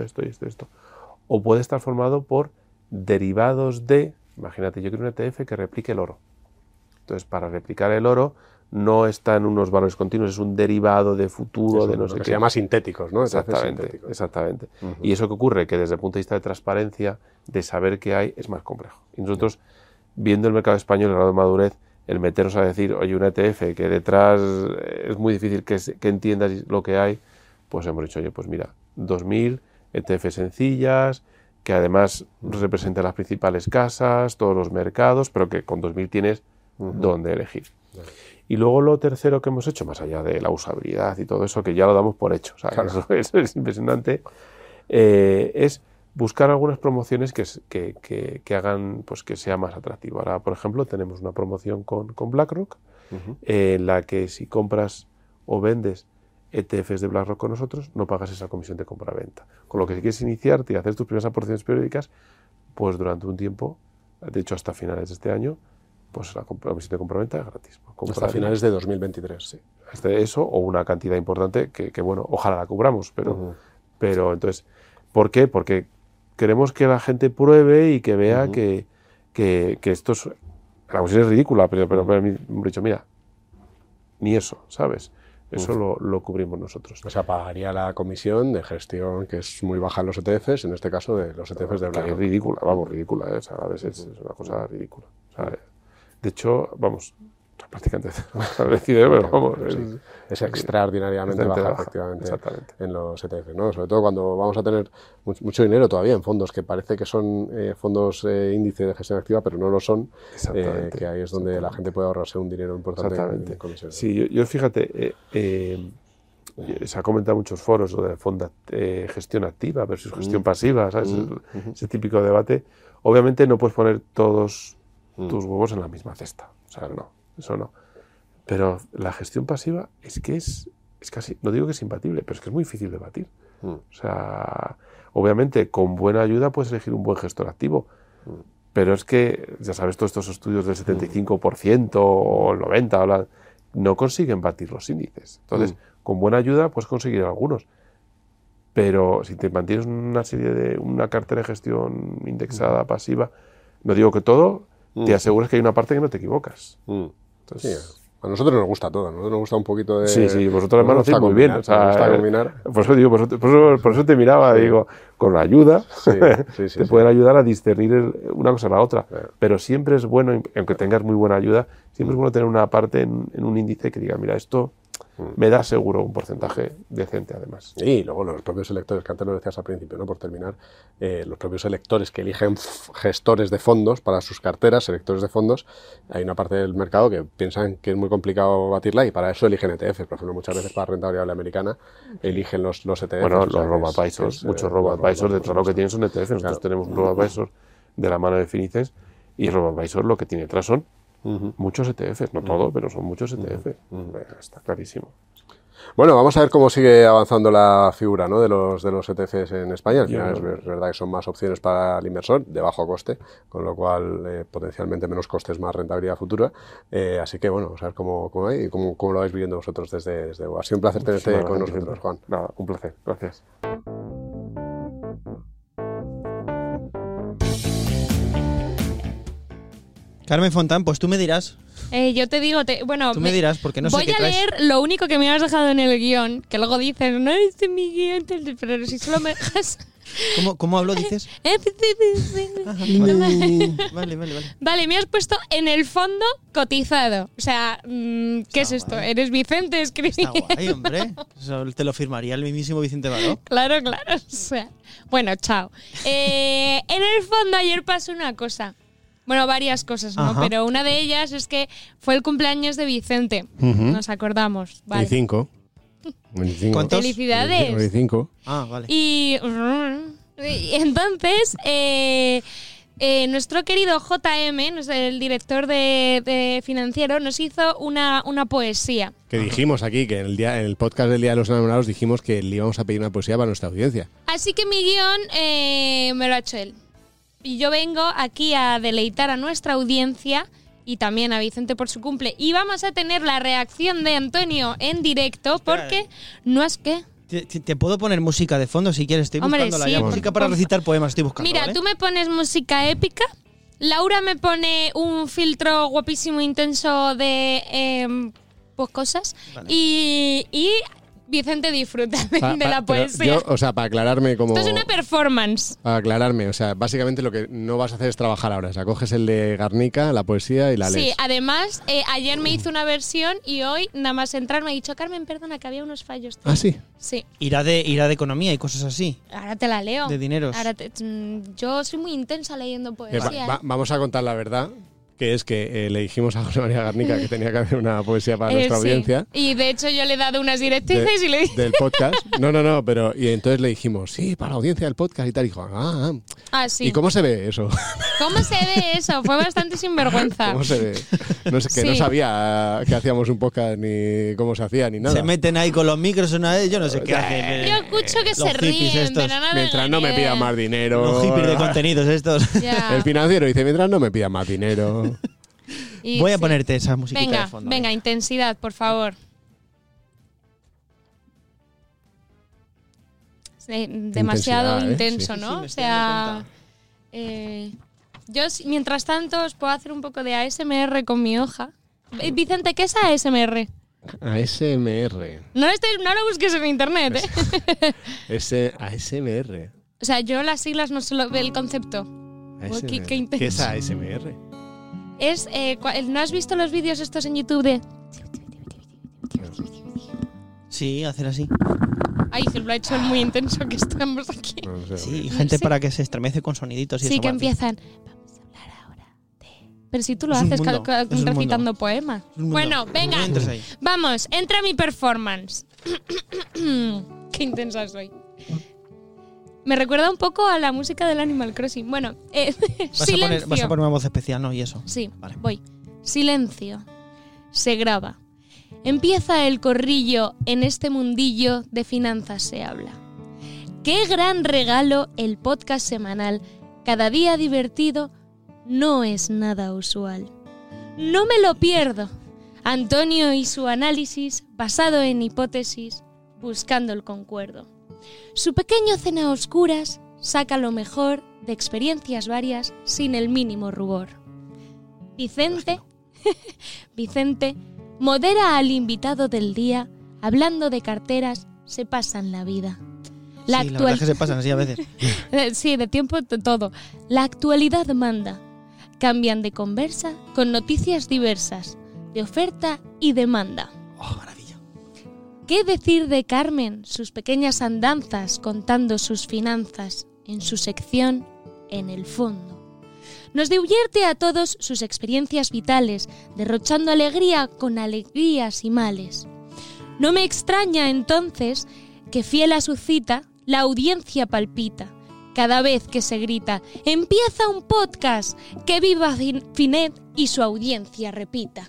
O puede estar formado por derivados de, imagínate, yo quiero un ETF que replique el oro. Entonces, para replicar el oro, no está en unos valores continuos, es un derivado de futuro, eso, de no sé qué. Se llama sintéticos, ¿no? Exactamente. Y eso que ocurre, que desde el punto de vista de transparencia, de saber qué hay, es más complejo. Y nosotros, viendo el mercado español, el grado de madurez, el meternos a decir, oye, un ETF que detrás es muy difícil que entiendas lo que hay, pues hemos dicho, oye, pues mira, 2.000 ETF sencillas, que además representan las principales casas, todos los mercados, pero que con 2.000 tienes dónde elegir. Y luego lo tercero que hemos hecho, más allá de la usabilidad y todo eso, que ya lo damos por hecho, ¿sabes? Claro. Eso es impresionante, es buscar algunas promociones que hagan pues que sea más atractivo. Ahora, por ejemplo, tenemos una promoción con BlackRock, en la que si compras o vendes ETFs de BlackRock con nosotros, no pagas esa comisión de compra-venta. Con lo que si quieres iniciarte y hacer tus primeras aportaciones periódicas, pues durante un tiempo, de hecho hasta finales de este año, pues la comisión de compra-venta es gratis. Hasta finales de 2023. Sí. Eso o una cantidad importante que bueno, ojalá la cubramos, pero entonces, ¿por qué? Porque queremos que la gente pruebe y que vea que esto es... La comisión es ridícula, pero hemos dicho, mira, ni eso, ¿sabes? Eso lo cubrimos nosotros. O sea, pagaría la comisión de gestión, que es muy baja en los ETFs, en este caso de los ETFs de BlackRock. Es ridícula, ridícula, o sea, a veces es una cosa ridícula. O sea, de hecho, prácticamente pero vamos. Es extraordinariamente baja, efectivamente, en los ETFs, ¿no? Sobre todo cuando vamos a tener mucho dinero todavía en fondos que parece que son fondos índice de gestión activa, pero no lo son, que ahí es donde la gente puede ahorrarse un dinero importante en comisiones. Sí, yo fíjate, se ha comentado en muchos foros lo de fondo gestión activa versus gestión pasiva, ¿sabes? Ese típico debate. Obviamente no puedes poner todos tus huevos en la misma cesta, o sea, no. Eso no. Pero la gestión pasiva es casi, no digo que es imbatible, pero es que es muy difícil de batir. O sea, obviamente con buena ayuda puedes elegir un buen gestor activo, pero es que, ya sabes, todos estos estudios del 75% o el 90% no consiguen batir los índices. Entonces, con buena ayuda puedes conseguir algunos. Pero si te mantienes una cartera de gestión indexada, pasiva, no digo que todo, te aseguras que hay una parte que no te equivocas. Entonces, sí, a nosotros nos gusta todo, a nosotros nos gusta un poquito de... Sí, vosotros además lo hacéis muy bien. O sea, nos gusta combinar. Por eso te miraba, digo, con la ayuda te pueden ayudar a discernir una cosa a la otra. Pero siempre es bueno, aunque tengas muy buena ayuda, siempre es bueno tener una parte en un índice que diga, mira, esto me da seguro un porcentaje decente además. Y luego los propios electores, que antes lo decías al principio, ¿no? Por terminar, los propios electores que eligen gestores de fondos para sus carteras, selectores de fondos, hay una parte del mercado que piensan que es muy complicado batirla y para eso eligen ETFs. Por ejemplo, muchas veces para renta variable americana eligen los ETFs. Bueno, los robo-advisors, muchos robo-advisors detrás lo que tienen son ETFs. Nosotros tenemos un robo-advisor de la mano de Finicens y el robo-advisor lo que tiene detrás son muchos ETFs, no todo, pero son muchos ETFs. Está clarísimo. Bueno, vamos a ver cómo sigue avanzando la figura, ¿no? de los ETFs en España. Al final es verdad que son más opciones para el inversor, de bajo coste, con lo cual potencialmente menos costes, más rentabilidad futura. Así que bueno, vamos a ver cómo hay y cómo lo vais viviendo vosotros desde Ha sido un placer tenerte con nosotros, Juan. Nada, un placer. Gracias. Carmen Fontán, pues tú me dirás Yo te digo, bueno, Tú me dirás, porque no sé voy qué a traes. leer lo único que me has dejado en el guión, que luego dices, no es de mi guión, pero si solo me dejas... ¿Cómo hablo, dices? Vale. Vale, me has puesto en el fondo cotizado. O sea, ¿qué es esto? guay. ¿Eres Vicente Está escribiendo? guay, hombre. Eso te lo firmaría el mismísimo Vicente Baró. Claro. O sea, bueno, chao. En el fondo ayer pasó una cosa. Bueno, varias cosas, ¿no? Ajá. Pero una de ellas es que fue el cumpleaños de Vicente. Nos acordamos. Vale. 25. ¿Cuántos? Felicidades. 25. Ah, vale. Y entonces, nuestro querido JM, el director de Financiero, nos hizo una poesía. Que dijimos aquí, que en el podcast del Día de los Enamorados dijimos que le íbamos a pedir una poesía para nuestra audiencia. Así que mi guión me lo ha hecho él. Y yo vengo aquí a deleitar a nuestra audiencia y también a Vicente por su cumple. Y vamos a tener la reacción de Antonio en directo porque no es que... Te puedo poner música de fondo si quieres. Estoy Hombre, buscándola sí, ya. por Música para favor. recitar poemas estoy buscando. Mira, ¿vale? tú me pones música épica, Laura me pone un filtro guapísimo, intenso de pues cosas Vale. y Vicente disfruta de la Pero poesía. yo, o sea, para aclararme como... Esto es una performance. Para aclararme, o sea, básicamente lo que no vas a hacer es trabajar ahora. O sea, coges el de Garnica, la poesía y la Sí, lees. además, ayer me hizo una versión y hoy, nada más entrar, me ha dicho, Carmen, perdona, que había unos fallos. Ah, sí. Sí, Irá de economía y cosas así. ahora te la leo. De dineros. Yo soy muy intensa leyendo Que poesía. vamos a contar la verdad, que es que le dijimos a José María Garnica que tenía que hacer una poesía para nuestra Sí. audiencia. Y de hecho yo le he dado unas directrices y le dije... Del podcast. No, pero... Y entonces le dijimos, sí, para la audiencia del podcast y tal. Y dijo, Ah, sí. ¿Y cómo se ve eso? ¿Cómo se ve eso? Fue bastante sinvergüenza. ¿Cómo se ve? No sé, que Sí. no sabía que hacíamos un podcast ni cómo se hacía ni nada. Se meten ahí con los micros, yo no sé qué hacen. Yo escucho que los se hippies ríen, estos. pero no Mientras no me pida pida más dinero. Los hippies de contenidos estos. Ya. El financiero dice, mientras no me pida más dinero. Y Voy a sí. ponerte esa musiquita de fondo. Venga, intensidad, por favor. Sí, demasiado Intensidad, intenso, sí. ¿no? Sí, me O estoy sea, yo mientras tanto os puedo hacer un poco de ASMR con mi hoja. Vicente, ¿qué es ASMR? ASMR. No lo busques en internet, ¿eh? ASMR. O sea, yo las siglas no sé el concepto. ASMR. qué intenso. ¿Qué es ASMR? Es, ¿no has visto los vídeos estos en YouTube de...? Sí, hacer así. Ay, que lo ha hecho muy intenso que estamos aquí. No sé. Sí, gente Sí. para que se estremece con soniditos y Sí, eso. que bueno, empiezan. Vamos a hablar ahora de. Pero si tú lo Es un haces mundo, es un recitando mundo. poemas. Es un mundo. Bueno, venga. No entres ahí. Vamos, entra mi performance. Qué intensa soy. Me recuerda un poco a la música del Animal Crossing. Bueno, silencio. Vas a poner una voz especial, ¿no? Y eso. Sí, Vale. voy. Silencio. Se graba. Empieza el corrillo, en este mundillo de finanzas se habla. Qué gran regalo el podcast semanal, cada día divertido, no es nada usual. No me lo pierdo. Antonio y su análisis, basado en hipótesis, buscando el concuerdo. Su pequeño cena a oscuras saca lo mejor de experiencias varias sin el mínimo rubor. Vicente modera al invitado del día, hablando de carteras, se pasan la vida. Sí, la verdad es que se pasan así a veces. Sí, de tiempo todo. La actualidad manda. Cambian de conversa con noticias diversas, de oferta y demanda. Oh, maravilla. ¿Qué decir de Carmen, sus pequeñas andanzas contando sus finanzas en su sección En el fondo? Nos divierte a todos sus experiencias vitales, derrochando alegría con alegrías y males. No me extraña entonces que fiel a su cita, la audiencia palpita. Cada vez que se grita, empieza un podcast, que viva Finet y su audiencia repita.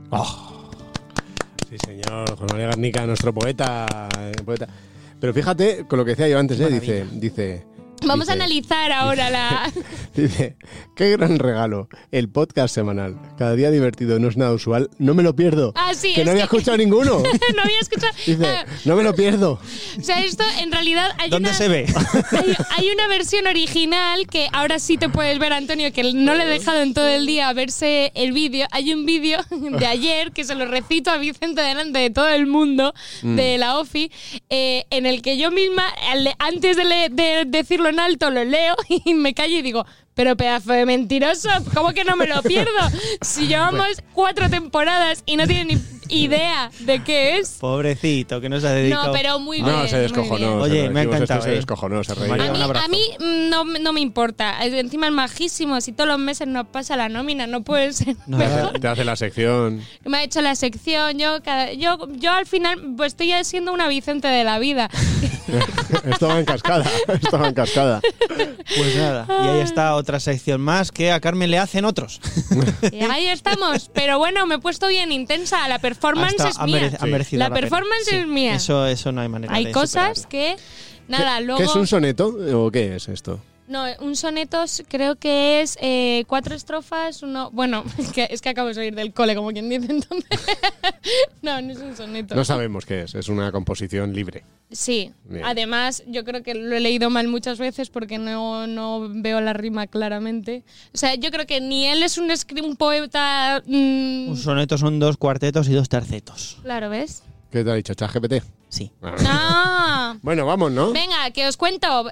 Sí, señor. José María Garnica, nuestro poeta. Pero fíjate con lo que decía yo antes, dice, Vamos a Dice- analizar ahora la... Dice, qué gran regalo, el podcast semanal. Cada día divertido, no es nada usual, no me lo pierdo. Ah, sí, que es no había que- escuchado ninguno. No había escuchado... Dice, no me lo pierdo. O sea, esto en realidad hay ¿Dónde una... se ve? Hay una versión original que ahora sí te puedes ver, Antonio, que no le he dejado en todo el día verse el vídeo. Hay un vídeo de ayer que se lo recito a Vicente delante de todo el mundo de la OFI, en el que yo misma, antes de decirlo en alto, lo leo y me callo y digo... Pero pedazo de mentiroso, ¿cómo que no me lo pierdo? Si llevamos 4 temporadas y no tiene ni idea de qué es. Pobrecito, que no se ha dedicado. No, pero muy bien. No, se muy descojonó. bien. Oye, se me ha dijimos esto y encantado, Se descojonó, se reía. María, un abrazo. A mí no me importa. Encima es majísimo. Si todos los meses nos pasa la nómina, no puede ser. No, Te hace la sección. Me ha hecho la sección. Yo al final pues estoy siendo una Vicente de la vida. Esto va en cascada. Esto va en cascada. Pues nada, y ahí está otra sección más que a Carmen le hacen otros. Y ahí estamos. Pero bueno, me he puesto bien intensa. La performance Hasta es ha mía. ha merecido La pena. performance Sí, es mía. Eso no hay manera Hay de cosas superarlo. que... Nada, luego... ¿Qué es un soneto o qué es esto? No, un soneto creo que es 4 estrofas, uno... Bueno, es que acabo de salir del cole, como quien dice, entonces... No es un soneto. No sabemos qué es una composición libre. Sí, Bien. además yo creo que lo he leído mal muchas veces porque no veo la rima claramente. O sea, yo creo que ni él es un poeta... Un soneto son 2 cuartetos y 2 tercetos. Claro, ¿ves? ¿Qué te ha dicho? ¿ChatGPT? Sí. ¡Ah! Bueno, vamos, ¿no? Venga, que os cuento.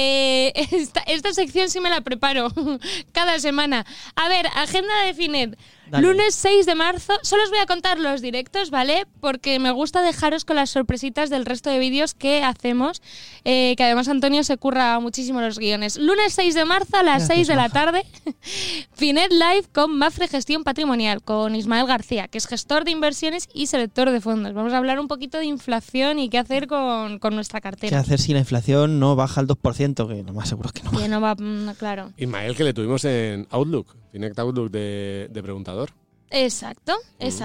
Esta sección sí me la preparo cada semana. A ver, agenda de Finet. Dale. Lunes 6 de marzo. Solo os voy a contar los directos, ¿vale? Porque me gusta dejaros con las sorpresitas del resto de vídeos que hacemos. Que además Antonio se curra muchísimo los guiones. Lunes 6 de marzo a las Gracias, 6 de la Maja. tarde. Finet Live con Mafre Gestión Patrimonial, con Ismael García, que es gestor de inversiones y selector de fondos. Vamos a hablar un poquito de inflación y qué hacer con nuestra ¿Qué cartera. hacer si la inflación no baja al 2%? Que lo más seguro es que no. Que no va, claro. Ismael, que le tuvimos en Outlook, Finect Outlook de preguntador. Exacto.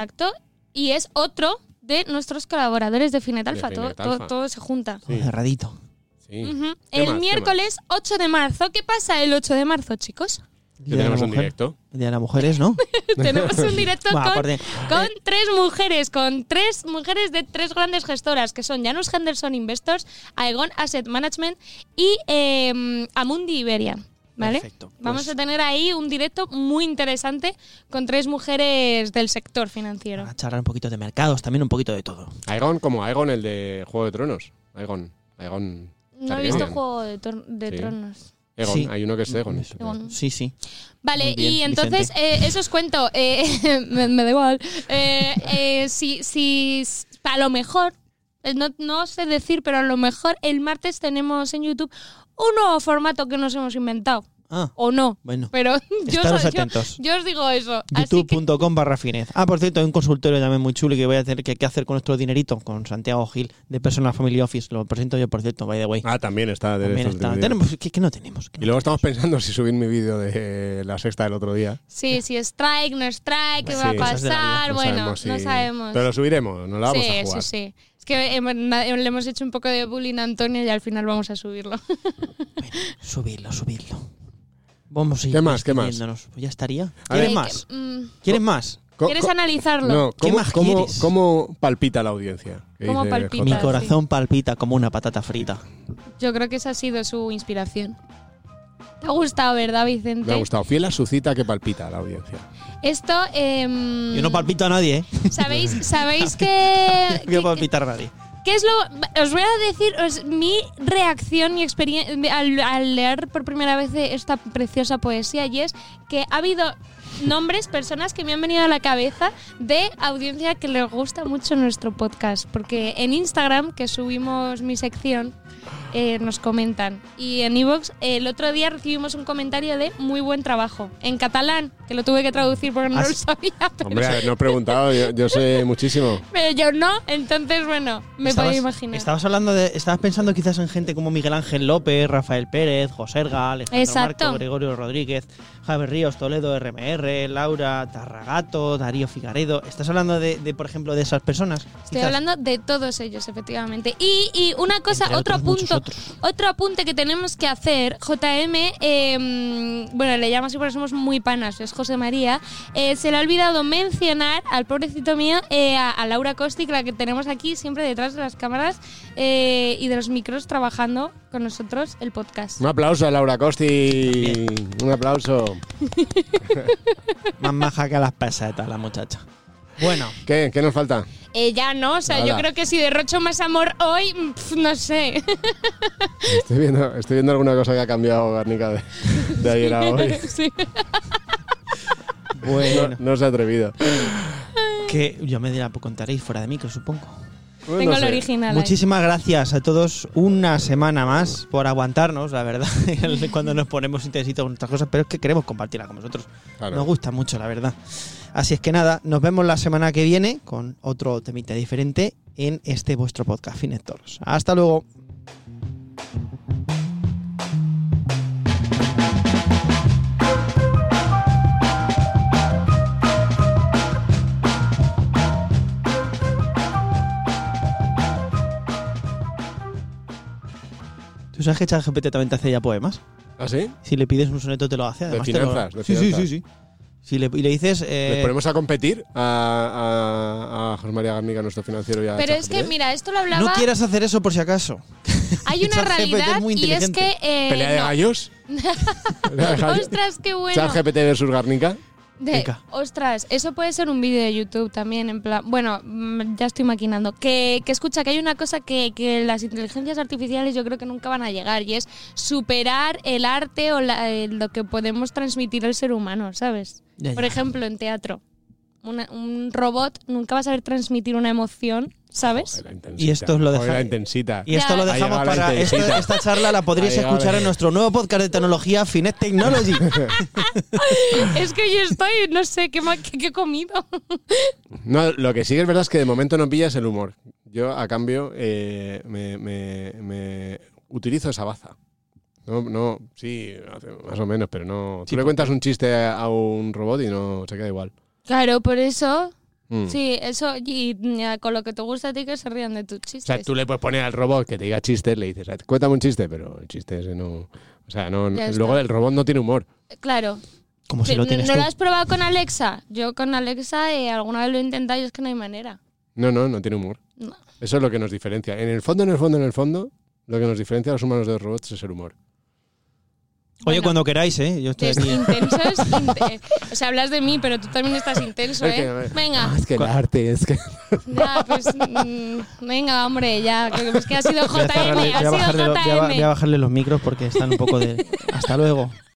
Y es otro de nuestros colaboradores de Finet Alpha. Finet Alpha. Todo se junta. Todo cerradito. Sí. Ujú. ¿Qué El más? ¿Qué miércoles 8 de marzo. ¿Qué pasa el 8 de marzo, chicos? Que tenemos un directo. El Día de las Mujeres, ¿no? Tenemos un directo Va, aparte, con 3 mujeres de 3 grandes gestoras, que son Janus Henderson Investors, Aegon Asset Management y Amundi Iberia. ¿Vale? Perfecto, pues- Vamos a tener ahí un directo muy interesante con 3 mujeres del sector financiero. a charlar un poquito de mercados, también un poquito de todo. Aegon, como Aegon, el de Juego de Tronos. Aegon. No he visto Targaryen. Juego de Sí. Tronos. Egon, Sí. hay uno que es Egon. Egon. Sí, sí. Vale, Muy bien, y entonces, eso os cuento. Me da igual. Si a lo mejor, no sé decir, pero a lo mejor el martes tenemos en YouTube un nuevo formato que nos hemos inventado. Ah, O no. bueno. Pero Estaros atentos. yo os digo eso. Así que, youtube.com/Finez. Ah, por cierto, hay un consultorio también muy chulo que voy a tener que hacer con nuestro dinerito, con Santiago Gil, de Personal Family Office. Lo presento yo, por cierto, by the way. Ah, también está. de También estos está. de- Tenemos, ¿qué no tenemos? Y luego estamos pensando si subir mi vídeo de la sexta del otro día. sí, strike, no strike, ¿qué Sí, va a cosas de la vida. pasar? Bueno, no sabemos. Pero lo subiremos, no la vamos a jugar. Sí. Es que le hemos hecho un poco de bullying a Antonio y al final vamos a subirlo. Subirlo. Vamos a ir ¿Qué más? despidiéndonos. Pues ya estaría. A ver. ¿Quieres más? ¿Quieres más? ¿Quieres analizarlo? No, ¿Qué más quieres? ¿Cómo palpita la audiencia? ¿Qué ¿Cómo dice palpita? Mi Jota? corazón palpita como una patata frita. Yo creo que esa ha sido su inspiración. ¿Te ha gustado, verdad, Vicente? Me ha gustado. Fiel a su cita que palpita la audiencia. Esto, Yo no palpito a nadie, ¿eh? ¿sabéis que, No voy a palpitar a nadie. ¿Qué es lo...? Os voy a decir mi reacción, mi experiencia al leer por primera vez esta preciosa poesía, y es que ha habido nombres, personas que me han venido a la cabeza de audiencia que les gusta mucho nuestro podcast, porque en Instagram, que subimos mi sección, nos comentan. Y en iVoox, el otro día recibimos un comentario de muy buen trabajo, en catalán, que lo tuve que traducir porque no lo sabía, pero, Hombre, a ver, no he preguntado, yo sé muchísimo. pero yo no, entonces bueno, me podéis imaginar. Estabas pensando quizás en gente como Miguel Ángel López, Rafael Pérez, Joserga, Alejandro Exacto. Marco, Gregorio Rodríguez, Javier Ríos, Toledo, RMR, Laura Tarragato, Darío Figaredo. ¿Estás hablando de por ejemplo, de esas personas? Estoy Quizás. hablando de todos ellos, efectivamente. Y una cosa, Entre otro otros muchos punto nosotros. Otro apunte que tenemos que hacer, JM, bueno, le llamo así porque somos muy panas, es José María, se le ha olvidado mencionar al pobrecito mío, a Laura Costi, la que tenemos aquí siempre detrás de las cámaras y de los micros trabajando con nosotros el podcast. Un aplauso a Laura Costi. Bien. Un aplauso. Más maja que las pesetas, la muchacha. Bueno, ¿Qué nos falta? Ya no, o sea, Nada. yo creo que si derrocho más amor hoy, no sé. Estoy viendo alguna cosa que ha cambiado Garnica de ayer a hoy. Sí. bueno, No se ha atrevido. que yo me contaréis fuera de micro, supongo. Pues Tengo no el sé. original ahí. Muchísimas gracias a todos una semana más por aguantarnos, la verdad, cuando nos ponemos intensitos con nuestras cosas, pero es que queremos compartirla con vosotros. Claro. Nos gusta mucho, la verdad. Así es que nada, nos vemos la semana que viene con otro temita diferente en este vuestro podcast Finectors. Hasta luego. ¿Tú sabes que ChatGPT también te hace ya poemas? ¿Ah, sí? Si le pides un soneto te lo hace. Además finanzas, de sí, finanzas. sí. Si le, y le dices... ¿Les ponemos a competir a José María Garnica, nuestro financiero? Y a Pero es que, ChatGPT? mira, esto lo hablaba... no quieras hacer eso por si acaso. Hay una ChatGPT realidad es muy y es inteligente. que... ¿Pelea de no. gallos? ¿Pelea de gallos? ¡Ostras, qué bueno! ¿ChatGPT versus Garnica? Venga. Ostras, eso puede ser un vídeo de YouTube también, en plan... Bueno, ya estoy maquinando. Que escucha, que hay una cosa que las inteligencias artificiales yo creo que nunca van a llegar y es superar el arte o lo que podemos transmitir el ser humano, ¿sabes? Ya. Por ejemplo, en teatro. Un robot nunca va a saber transmitir una emoción, ¿sabes? Joder, la intensita. Y esto os lo Joder, deja- la intensita. Y esto Ya. lo Ha dejamos llegado la para... intensita. Esta charla la podréis Ha llegado escuchar la- en nuestro nuevo podcast de tecnología, Finet Technology. Es que yo estoy, no sé, ¿qué he comido? No, lo que sí que es verdad es que de momento no pillas el humor. Yo, a cambio, me utilizo esa baza. No, sí, más o menos, pero no... Sí, Tú le cuentas un chiste a un robot y no se queda igual. Claro, por eso... Mm. Sí, eso, y con lo que te gusta a ti que se rían de tus O chistes. sea, tú le puedes poner al robot que te diga chistes, le dices, cuéntame un chiste, pero el chiste ese no... O sea, no, Ya luego está. el robot no tiene humor. Claro. Como si lo tienes ¿No tú. lo has probado con Alexa? Yo con Alexa alguna vez lo he intentado y es que no hay manera. No tiene humor. No. Eso es lo que nos diferencia. En el fondo, lo que nos diferencia a los humanos de los robots es el humor. Oye, Bueno. cuando queráis, ¿eh? Yo estoy Es aquí. intensos. O sea, hablas de mí, pero tú también estás intenso, Es que, ¿eh? Venga. es que el arte, es que... Ya, pues venga, hombre, ya. Que es que ha sido Voy a JM, cerrarle- ha sido JM. voy a bajarle los micros porque están un poco de... Hasta luego.